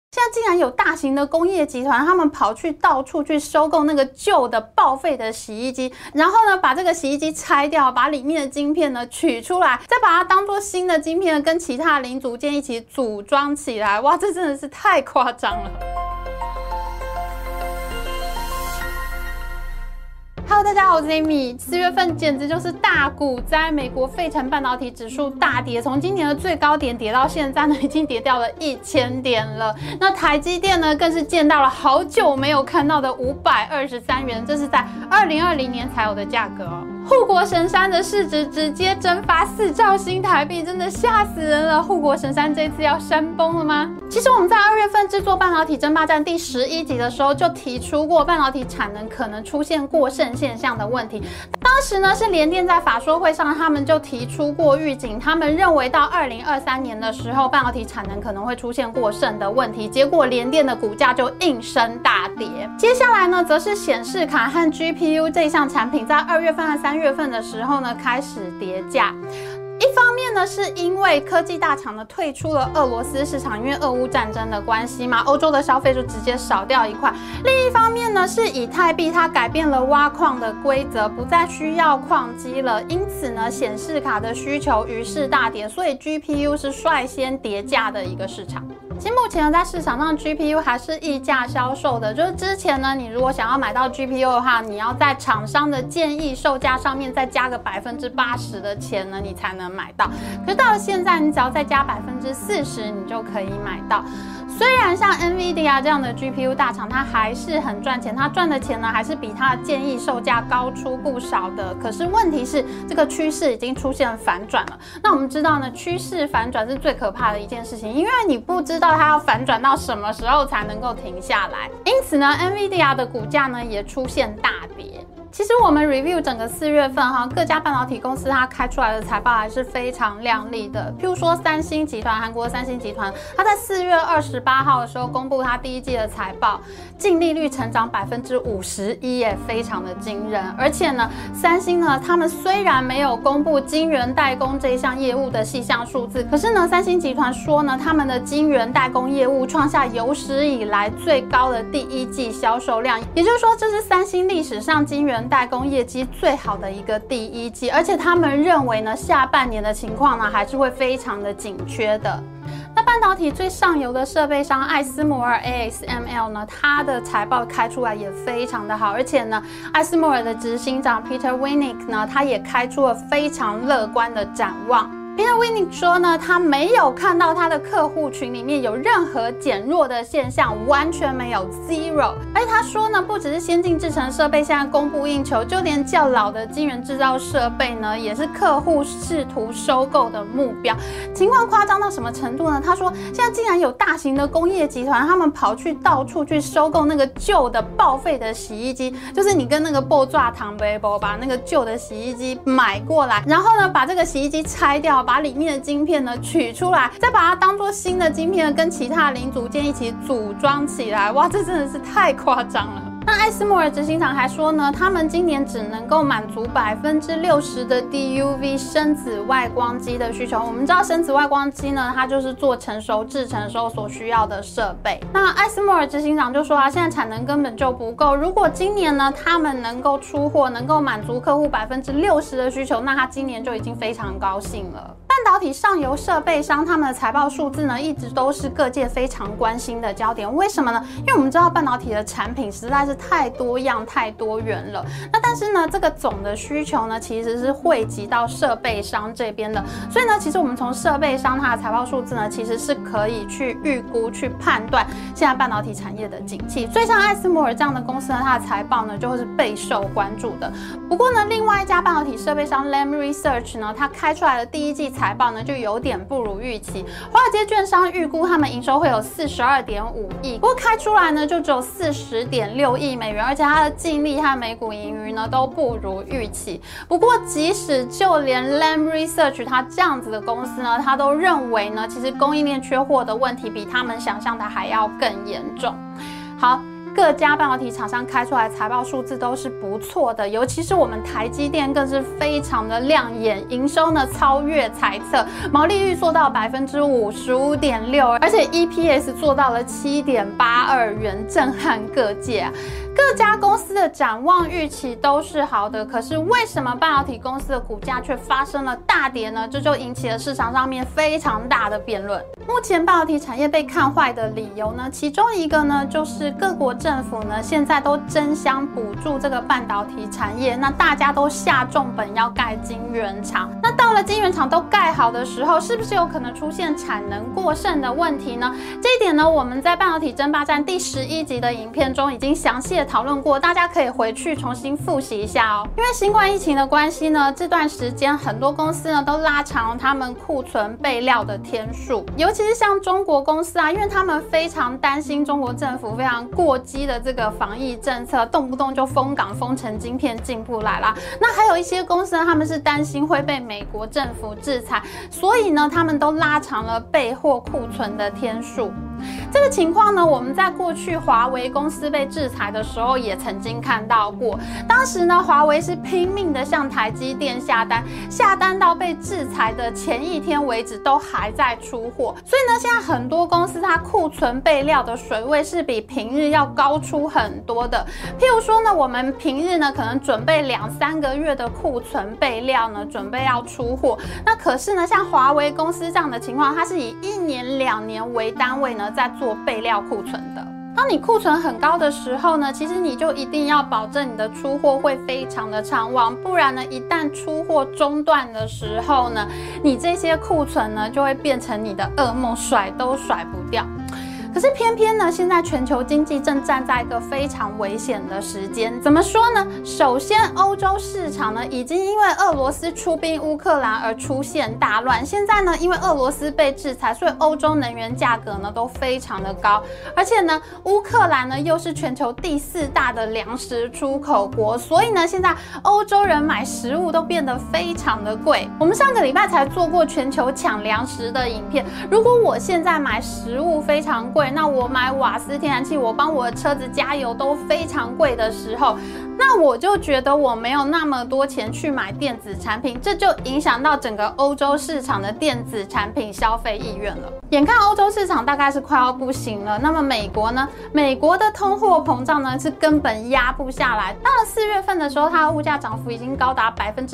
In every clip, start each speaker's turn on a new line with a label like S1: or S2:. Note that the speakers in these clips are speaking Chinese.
S1: 现在竟然有大型的工业集团，他们跑去到处去收购那个旧的报废的洗衣机，然后呢把这个洗衣机拆掉，把里面的晶片呢取出来，再把它当做新的晶片跟其他的零组件一起组装起来。哇，这真的是太夸张了。Hello， 大家好，我是 Amy。4月份简直就是大股灾，美国费城半导体指数大跌，从今年的最高点跌到现在呢，已经跌掉了1000点了。那台积电呢，更是见到了好久没有看到的523元，这是在2020年才有的价格哦。护国神山的市值直接蒸发4兆新台币，真的吓死人了！护国神山这次要山崩了吗？其实我们在2月份制作半导体争霸战第11集的时候就提出过，半导体产能可能出现过剩现象的问题。当时呢是联电在法说会上，他们就提出过预警，他们认为到2023年的时候，半导体产能可能会出现过剩的问题。结果联电的股价就应声大跌。接下来呢，则是显示卡和 GPU 这一项产品在2月份和3月份的时候呢开始跌价。一方面呢，是因为科技大厂呢退出了俄罗斯市场，因为俄乌战争的关系嘛，欧洲的消费就直接少掉一块。另一方面呢，是以太币它改变了挖矿的规则，不再需要矿机了，因此呢，显示卡的需求于是大跌，所以 GPU 是率先跌价的一个市场。其实目前在市场上 GPU 还是溢价销售的，就是之前呢，你如果想要买到 GPU 的话，你要在厂商的建议售价上面再加个80%的钱呢，你才能买到。可是到了现在，你只要再加40%，你就可以买到。虽然像 NVIDIA 这样的 GPU 大厂，它还是很赚钱，它赚的钱呢还是比它的建议售价高出不少的。可是问题是，这个趋势已经出现反转了。那我们知道呢，趋势反转是最可怕的一件事情，因为你不知道它要反转到什么时候才能够停下来。因此呢 ，NVIDIA 的股价呢也出现大跌。其实我们 review 整个4月份各家半导体公司它开出来的财报还是非常亮丽的。譬如说三星集团，韩国三星集团，它在4月28号的时候公布它第一季的财报，净利率成长51%，也非常的惊人。而且呢，三星呢，他们虽然没有公布晶圆代工这一项业务的细项数字，可是呢，三星集团说呢，他们的晶圆代工业务创下有史以来最高的第一季销售量，也就是说，这是三星历史上晶圆代工业绩最好的一个第一季，而且他们认为呢，下半年的情况呢还是会非常的紧缺的。那半导体最上游的设备商艾斯摩尔 ASML 呢，它的财报开出来也非常的好，而且呢，艾斯摩尔的执行长 Peter Wennink 呢，他也开出了非常乐观的展望。Peter Wennink 说呢，他没有看到他的客户群里面有任何减弱的现象，完全没有 zero。而且他说呢，不只是先进制程设备现在供不应求，就连较老的晶圆制造设备呢，也是客户试图收购的目标。情况夸张到什么程度呢？他说，现在竟然有大型的工业集团，他们跑去到处去收购那个旧的报废的洗衣机，就是你跟那个爆炸糖杯把那个旧的洗衣机买过来，然后呢，把这个洗衣机拆掉，把里面的晶片呢取出来，再把它当做新的晶片跟其他的零组件一起组装起来。哇，这真的是太夸张了。那艾斯摩尔执行长还说呢，他们今年只能够满足60%的 DUV 深紫外光机的需求。我们知道深紫外光机呢，它就是做成熟制程时候所需要的设备。那艾斯摩尔执行长就说啊，现在产能根本就不够。如果今年呢，他们能够出货，能够满足客户60%的需求，那他今年就已经非常高兴了。半导体上游设备商他们的财报数字呢，一直都是各界非常关心的焦点。为什么呢？因为我们知道半导体的产品实在是太多样、太多元了。那但是呢，这个总的需求呢，其实是汇集到设备商这边的。所以呢，其实我们从设备商它的财报数字呢，其实是可以去预估、去判断现在半导体产业的景气。所以像艾斯摩尔这样的公司呢，它的财报呢，就会是备受关注的。不过呢，另外一家半导体设备商 Lam Research 呢，它开出来的第一季财报呢就有点不如预期。华尔街券商预估他们营收会有42.5亿，不过开出来呢就只有40.6亿美元，而且它的净利和每股盈余呢都不如预期。不过即使就连 Lam Research 它这样子的公司呢，它都认为呢，其实供应链缺货的问题比他们想象的还要更严重。好。 各家半导体厂商开出来的财报数字都是不错的，尤其是我们台积电更是非常的亮眼，营收呢超越财测，毛利率做到55.6%，而且 EPS 做到了7.82元，震撼各界啊。各家公司的展望预期都是好的，可是为什么半导体公司的股价却发生了大跌呢？这就引起了市场上面非常大的辩论。目前半导体产业被看坏的理由呢，其中一个呢就是各国政府呢现在都争相补助这个半导体产业，那大家都下重本要盖晶圆厂。那到了晶圆厂都盖好的时候，是不是有可能出现产能过剩的问题呢？这一点呢，我们在半导体争霸战第11集的影片中已经详细的讨论过，大家可以回去重新复习一下哦。因为新冠疫情的关系呢，这段时间很多公司呢都拉长了他们库存备料的天数，尤其是像中国公司啊，因为他们非常担心中国政府非常过激的这个防疫政策，动不动就封港封城，晶片进不来啦。那还有一些公司呢，他们是担心会被美国政府制裁，所以呢，他们都拉长了备货库存的天数。这个情况呢，我们在过去华为公司被制裁的时候也曾经看到过。当时呢，华为是拼命的向台积电下单，下单到被制裁的前一天为止都还在出货。所以呢，现在很多公司它库存备料的水位是比平日要高出很多的。譬如说呢，我们平日呢可能准备2-3个月的库存备料呢，准备要出货。那可是呢，像华为公司这样的情况，它是以1年、2年为单位呢，在做备料库存的。当你库存很高的时候呢，其实你就一定要保证你的出货会非常的畅旺，不然呢，一旦出货中断的时候呢，你这些库存呢就会变成你的噩梦，甩都甩不掉。可是偏偏呢，现在全球经济正站在一个非常危险的时间。怎么说呢？首先，欧洲市场呢已经因为俄罗斯出兵乌克兰而出现大乱。现在呢，因为俄罗斯被制裁，所以欧洲能源价格呢都非常的高。而且呢，乌克兰呢又是全球第4大的粮食出口国，所以呢，现在欧洲人买食物都变得非常的贵。我们上个礼拜才做过全球抢粮食的影片。如果我现在买食物非常贵，那我买瓦斯天然气，我帮我的车子加油都非常贵的时候，那我就觉得我没有那么多钱去买电子产品，这就影响到整个欧洲市场的电子产品消费意愿了。眼看欧洲市场大概是快要不行了，那么美国呢？美国的通货膨胀呢是根本压不下来。到了4月份的时候，它的物价涨幅已经高达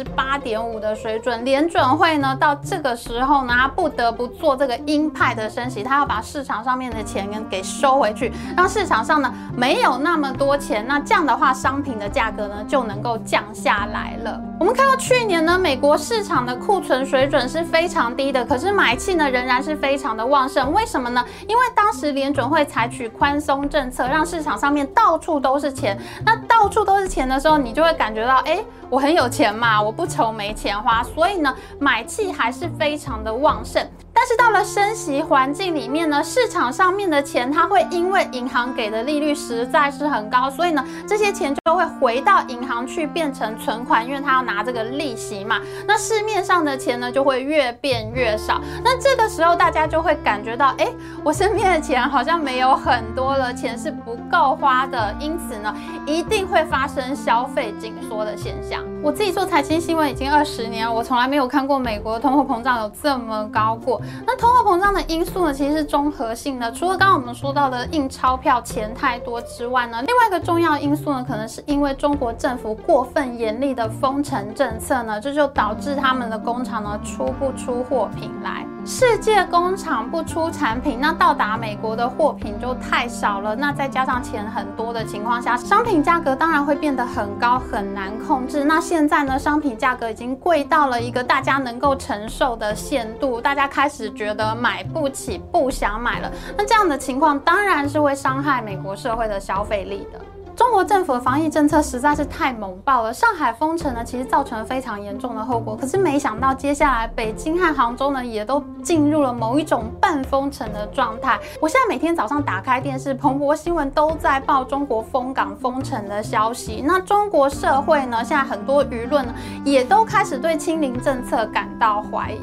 S1: 8.5%的水准。联准会呢，到这个时候呢，它不得不做这个鹰派的升息，它要把市场上面的钱给收回去，让市场上呢没有那么多钱。那这样的话，商品的价格呢就能够降下来了。我们看到去年呢，美国市场的库存水准是非常低的，可是买气呢仍然是非常的旺盛。为什么呢？因为当时联准会采取宽松政策，让市场上面到处都是钱。那到处都是钱的时候，你就会感觉到，我很有钱嘛，我不愁没钱花，所以呢，买气还是非常的旺盛。但是到了升息环境里面呢，市场上面的钱它会因为银行给的利率实在是很高，所以呢，这些钱就会回到银行去变成存款，因为它要拿这个利息嘛。那市面上的钱呢就会越变越少。那这个时候大家就会感觉到，我身边的钱好像没有很多了，钱是不够花的，因此呢，一定会发生消费紧缩的现象。我自己做财经新闻已经20年了，我从来没有看过美国的通货膨胀有这么高过。那通货膨胀的因素呢，其实是综合性的。除了刚刚我们说到的印钞票钱太多之外呢，另外一个重要因素呢，可能是因为中国政府过分严厉的封城政策呢，这就导致他们的工厂呢出不出货品来。世界工厂不出产品，那到达美国的货品就太少了。那再加上钱很多的情况下，商品价格当然会变得很高，很难控制。那现在呢，商品价格已经贵到了一个大家能够承受的限度，大家开始觉得买不起，不想买了。那这样的情况当然是会伤害美国社会的消费力的。中国政府的防疫政策实在是太猛爆了，上海封城呢，其实造成了非常严重的后果。可是没想到，接下来北京和杭州呢，也都进入了某一种半封城的状态。我现在每天早上打开电视，彭博新闻都在报中国封港封城的消息。那中国社会呢，现在很多舆论呢，也都开始对清零政策感到怀疑。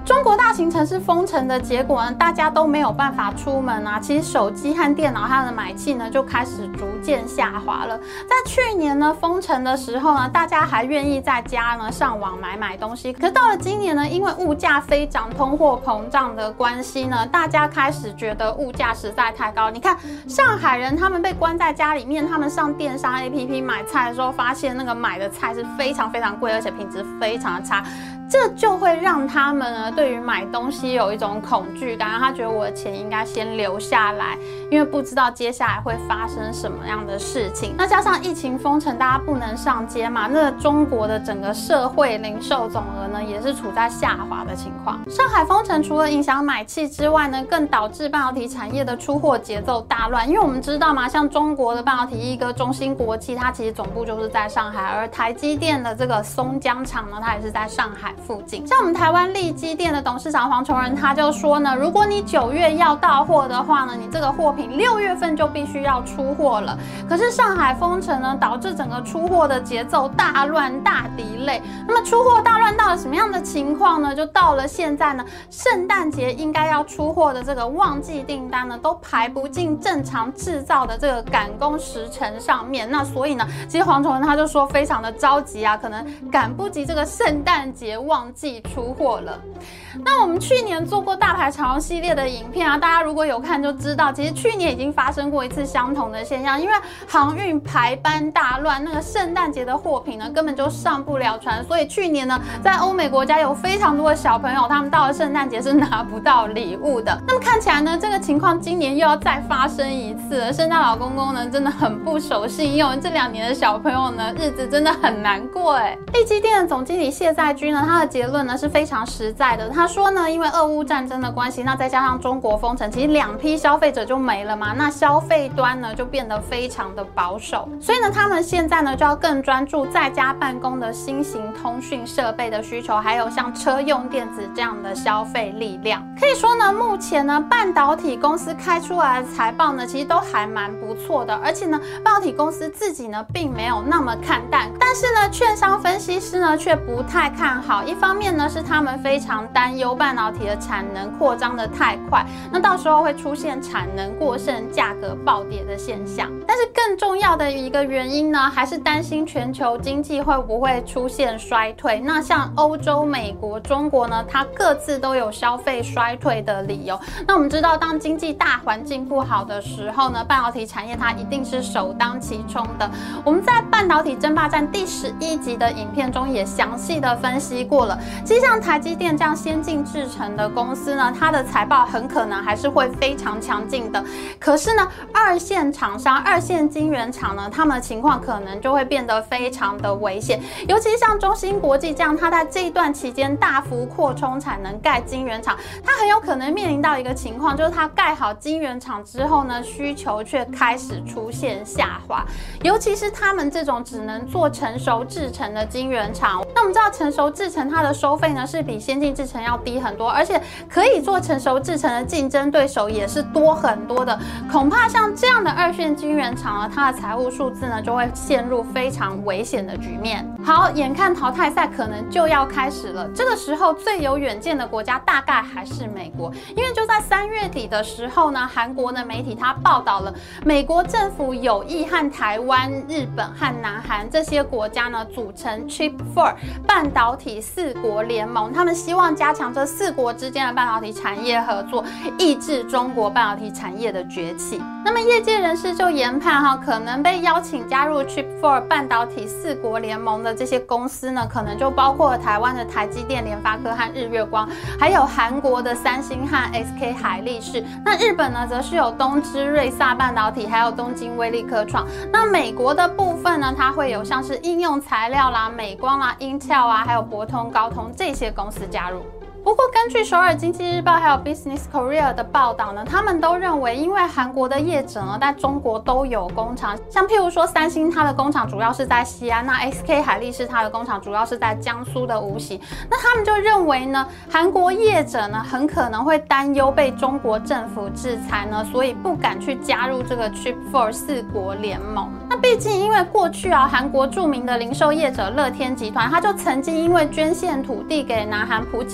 S1: 中国大型城市封城的结果呢，大家都没有办法出门啊。其实手机和电脑它的买气呢就开始逐渐下滑了。在去年呢封城的时候呢，大家还愿意在家呢上网买东西。可是到了今年呢，因为物价飞涨、通货膨胀的关系呢，大家开始觉得物价实在太高。你看上海人他们被关在家里面，他们上电商 APP 买菜的时候，发现那个买的菜是非常贵，而且品质非常的差。这就会让他们呢对于买东西有一种恐惧感，他觉得我的钱应该先留下来，因为不知道接下来会发生什么样的事情。那加上疫情封城，大家不能上街嘛，那中国的整个社会零售总额呢也是处在下滑的情况。上海封城除了影响买气之外呢，更导致半导体产业的出货节奏大乱。因为我们知道嘛，像中国的半导体一哥中芯国际，它其实总部就是在上海，而台积电的这个松江厂呢，它也是在上海附近。像我们台湾力积电的董事长黄崇仁他就说呢，如果你9月要到货的话呢，你这个货品6月份就必须要出货了。可是上海封城呢，导致整个出货的节奏大乱大delay。那么出货大乱到了什么样的情况呢？就到了现在呢，圣诞节应该要出货的这个旺季订单呢，都排不进正常制造的这个赶工时程上面。那所以呢，其实黄崇仁他就说非常的着急啊，可能赶不及这个圣诞节旺季出货了。那我们去年做过大牌长荣系列的影片啊，大家如果有看就知道，其实去年已经发生过一次相同的现象，因为航运排班大乱，那个圣诞节的货品呢根本就上不了船，所以去年呢，在欧美国家有非常多的小朋友，他们到了圣诞节是拿不到礼物的。那么看起来呢，这个情况今年又要再发生一次了。圣诞老公公呢真的很不守信用，这2年的小朋友呢日子真的很难过哎。力积电的总经理谢在军呢，他的结论呢是非常实在的。他说呢，因为俄乌战争的关系，那再加上中国封城，其实2批消费者就没了嘛，那消费端呢就变得非常的保守，所以呢，他们现在呢就要更专注在家办公的新型通讯设备的需求，还有像车用电子这样的消费力量。可以说呢，目前呢半导体公司开出来的财报呢，其实都还蛮不错的，而且呢，半导体公司自己呢并没有那么看淡，但是呢，券商分析师呢却不太看好。一方面呢，是他们非常担忧半导体的产能扩张的太快，那到时候会出现产能过剩、价格暴跌的现象。但是更重要的一个原因呢，还是担心全球经济会不会出现衰退。那像欧洲、美国、中国呢，它各自都有消费衰退的理由。那我们知道，当经济大环境不好的时候呢，半导体产业它一定是首当其冲的。我们在半导体争霸战第11集的影片中也详细的分析过了。其实像台积电这样先进制程的公司呢，它的财报很可能还是会非常强劲的。可是呢，二线厂商、二线晶圆厂呢，他们的情况可能就会变得非常的危险。尤其像中芯国际这样，它在这一段期间大幅扩充产能盖晶圆厂，它很有可能面临到一个情况，就是它盖好晶圆厂之后呢，需求却开始出现下滑。尤其是他们这种只能做成熟制程的晶圆厂，那我们知道成熟制程它的收费呢是比先进制程要低很多，而且可以做成熟制程的竞争对手也是多很多的。恐怕像这样的二线晶圆厂呢，它的财务数字呢就会陷入非常危险的局面。好，眼看淘汰赛可能就要开始了，这个时候最有远见的国家大概还是美国，因为就在3月底的时候呢，韩国的媒体它报道了美国政府有意和台湾、日本和南韩这些国家呢组成 Chip 4半导体4国联盟，他们希望加强这4国之间的半导体产业合作，抑制中国半导体产业的崛起。那么业界人士就研判可能被邀请加入 Chip 4半导体4国联盟的这些公司呢，可能就包括了台湾的台积电、联发科和日月光，还有韩国的三星和 SK 海力士。那日本呢，则是有东芝、瑞萨半导体，还有东京威力科创。那美国的部分呢，它会有像是应用材料啦、美光啦、Intel 啊，还有博通、高通这些公司加入。不过，根据首尔经济日报还有 Business Korea 的报道呢，他们都认为，因为韩国的业者呢在中国都有工厂，像譬如说三星，它的工厂主要是在西安，那 SK 海力士它的工厂主要是在江苏的无锡，那他们就认为呢，韩国业者呢很可能会担忧被中国政府制裁呢，所以不敢去加入这个 Chip 4四国联盟。那毕竟因为过去韩国著名的零售业者乐天集团，他就曾经因为捐献土地给南韩朴槿惠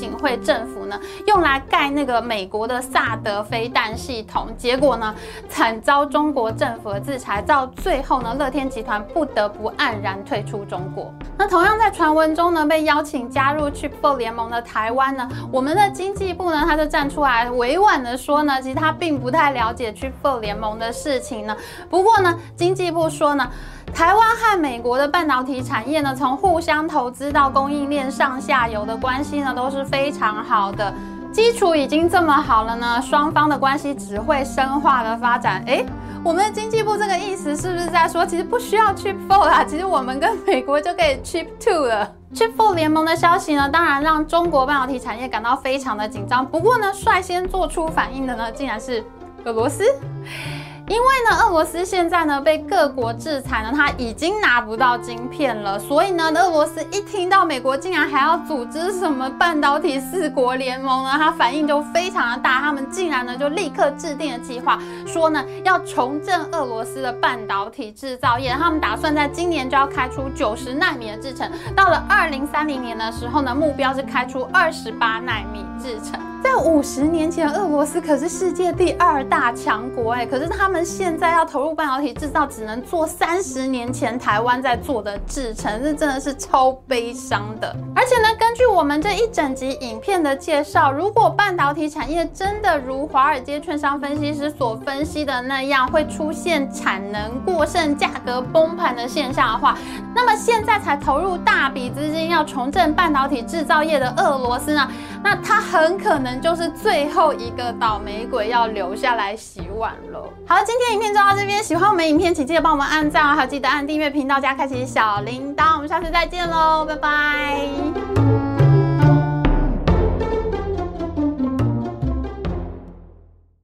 S1: 政府呢，用来盖那个美国的萨德飞弹系统，结果呢，惨遭中国政府的制裁，到最后呢，乐天集团不得不黯然退出中国。那同样在传闻中呢，被邀请加入 Chip 4联盟的台湾呢，我们的经济部呢，他就站出来委婉的说呢，其实他并不太了解 Chip 4联盟的事情呢。不过呢，经济部说呢，台湾和美国的半导体产业呢，从互相投资到供应链上下游的关系呢，都是非常好的。基础已经这么好了呢，双方的关系只会深化的发展。我们的经济部这个意思是不是在说，其实不需要 Chip 4啦，其实我们跟美国就可以 Chip 2了。Chip 4联盟的消息呢，当然让中国半导体产业感到非常的紧张。不过呢，率先做出反应的呢，竟然是俄罗斯。因为呢，俄罗斯现在呢被各国制裁呢，它已经拿不到晶片了，所以呢，俄罗斯一听到美国竟然还要组织什么半导体4国联盟呢，它反应就非常的大，他们竟然呢就立刻制定了计划，说呢要重振俄罗斯的半导体制造业，他们打算在今年就要开出90奈米的制程，到了2030年的时候呢，目标是开出28奈米制程。在50年前，俄罗斯可是世界第2大强国可是他们现在要投入半导体制造，只能做30年前台湾在做的制程，这真的是超悲伤的。而且呢，根据我们这一整集影片的介绍，如果半导体产业真的如华尔街券商分析师所分析的那样，会出现产能过剩、价格崩盘的现象的话，那么现在才投入大笔资金要重振半导体制造业的俄罗斯呢，那它很可能就是最后一个倒霉鬼要留下来洗碗了。好，今天影片就到这边，喜欢我们影片请记得帮我们按赞还有记得按订阅频道加开启小铃铛，我们下次再见喽，拜拜。